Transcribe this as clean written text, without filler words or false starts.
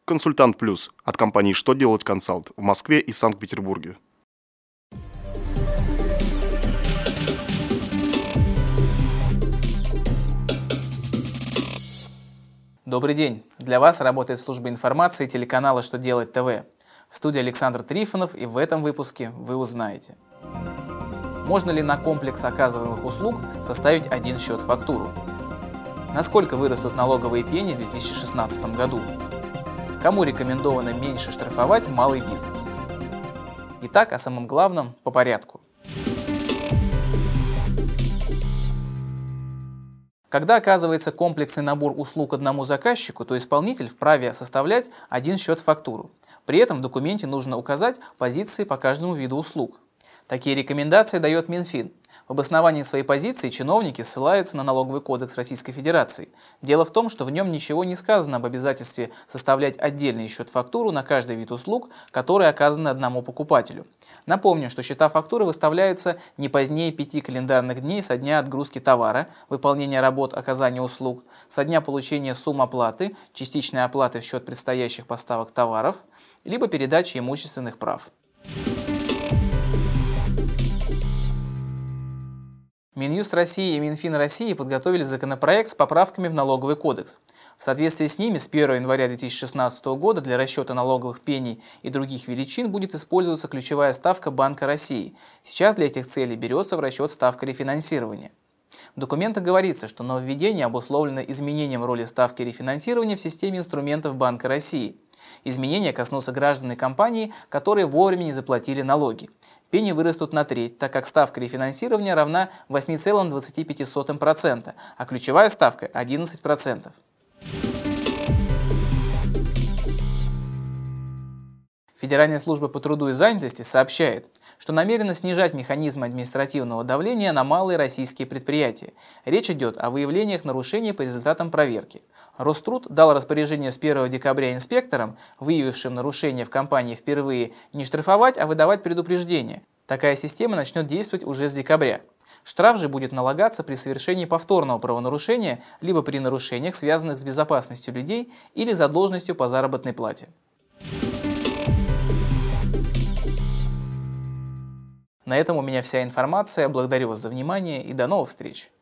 Консультант Плюс от компании «Что делать консалт» в Москве и Санкт-Петербурге. Добрый день! Для вас работает служба информации телеканала «Что делать ТВ». В студии Александр Трифонов, и в этом выпуске вы узнаете: можно ли на комплекс оказываемых услуг составить один счет-фактуру? Насколько вырастут налоговые пени в 2016 году? Кому рекомендовано меньше штрафовать малый бизнес? Итак, о самом главном по порядку. Когда оказывается комплексный набор услуг одному заказчику, то исполнитель вправе составлять один счет-фактуру. При этом в документе нужно указать позиции по каждому виду услуг. Такие рекомендации дает Минфин. В обосновании своей позиции чиновники ссылаются на Налоговый кодекс Российской Федерации. Дело в том, что в нем ничего не сказано об обязательстве составлять отдельный счет-фактуру на каждый вид услуг, которые оказаны одному покупателю. Напомню, что счета-фактуры выставляются не позднее 5 календарных дней со дня отгрузки товара, выполнения работ, оказания услуг, со дня получения сумм оплаты, частичной оплаты в счет предстоящих поставок товаров, либо передачи имущественных прав. Минюст России и Минфин России подготовили законопроект с поправками в Налоговый кодекс. В соответствии с ними с 1 января 2016 года для расчета налоговых пений и других величин будет использоваться ключевая ставка Банка России. Сейчас для этих целей берется в расчет ставка рефинансирования. В документах говорится, что нововведение обусловлено изменением роли ставки рефинансирования в системе инструментов Банка России. Изменения коснутся граждан и компаний, которые вовремя не заплатили налоги. Пени вырастут на треть, так как ставка рефинансирования равна 8,25%, а ключевая ставка – 11%. Федеральная служба по труду и занятости сообщает, что намерена снижать механизмы административного давления на малые российские предприятия. Речь идет о выявлениях нарушений по результатам проверки. Роструд дал распоряжение с 1 декабря инспекторам, выявившим нарушения в компании впервые, не штрафовать, а выдавать предупреждения. Такая система начнет действовать уже с декабря. Штраф же будет налагаться при совершении повторного правонарушения, либо при нарушениях, связанных с безопасностью людей или задолженностью по заработной плате. На этом у меня вся информация. Благодарю вас за внимание и до новых встреч!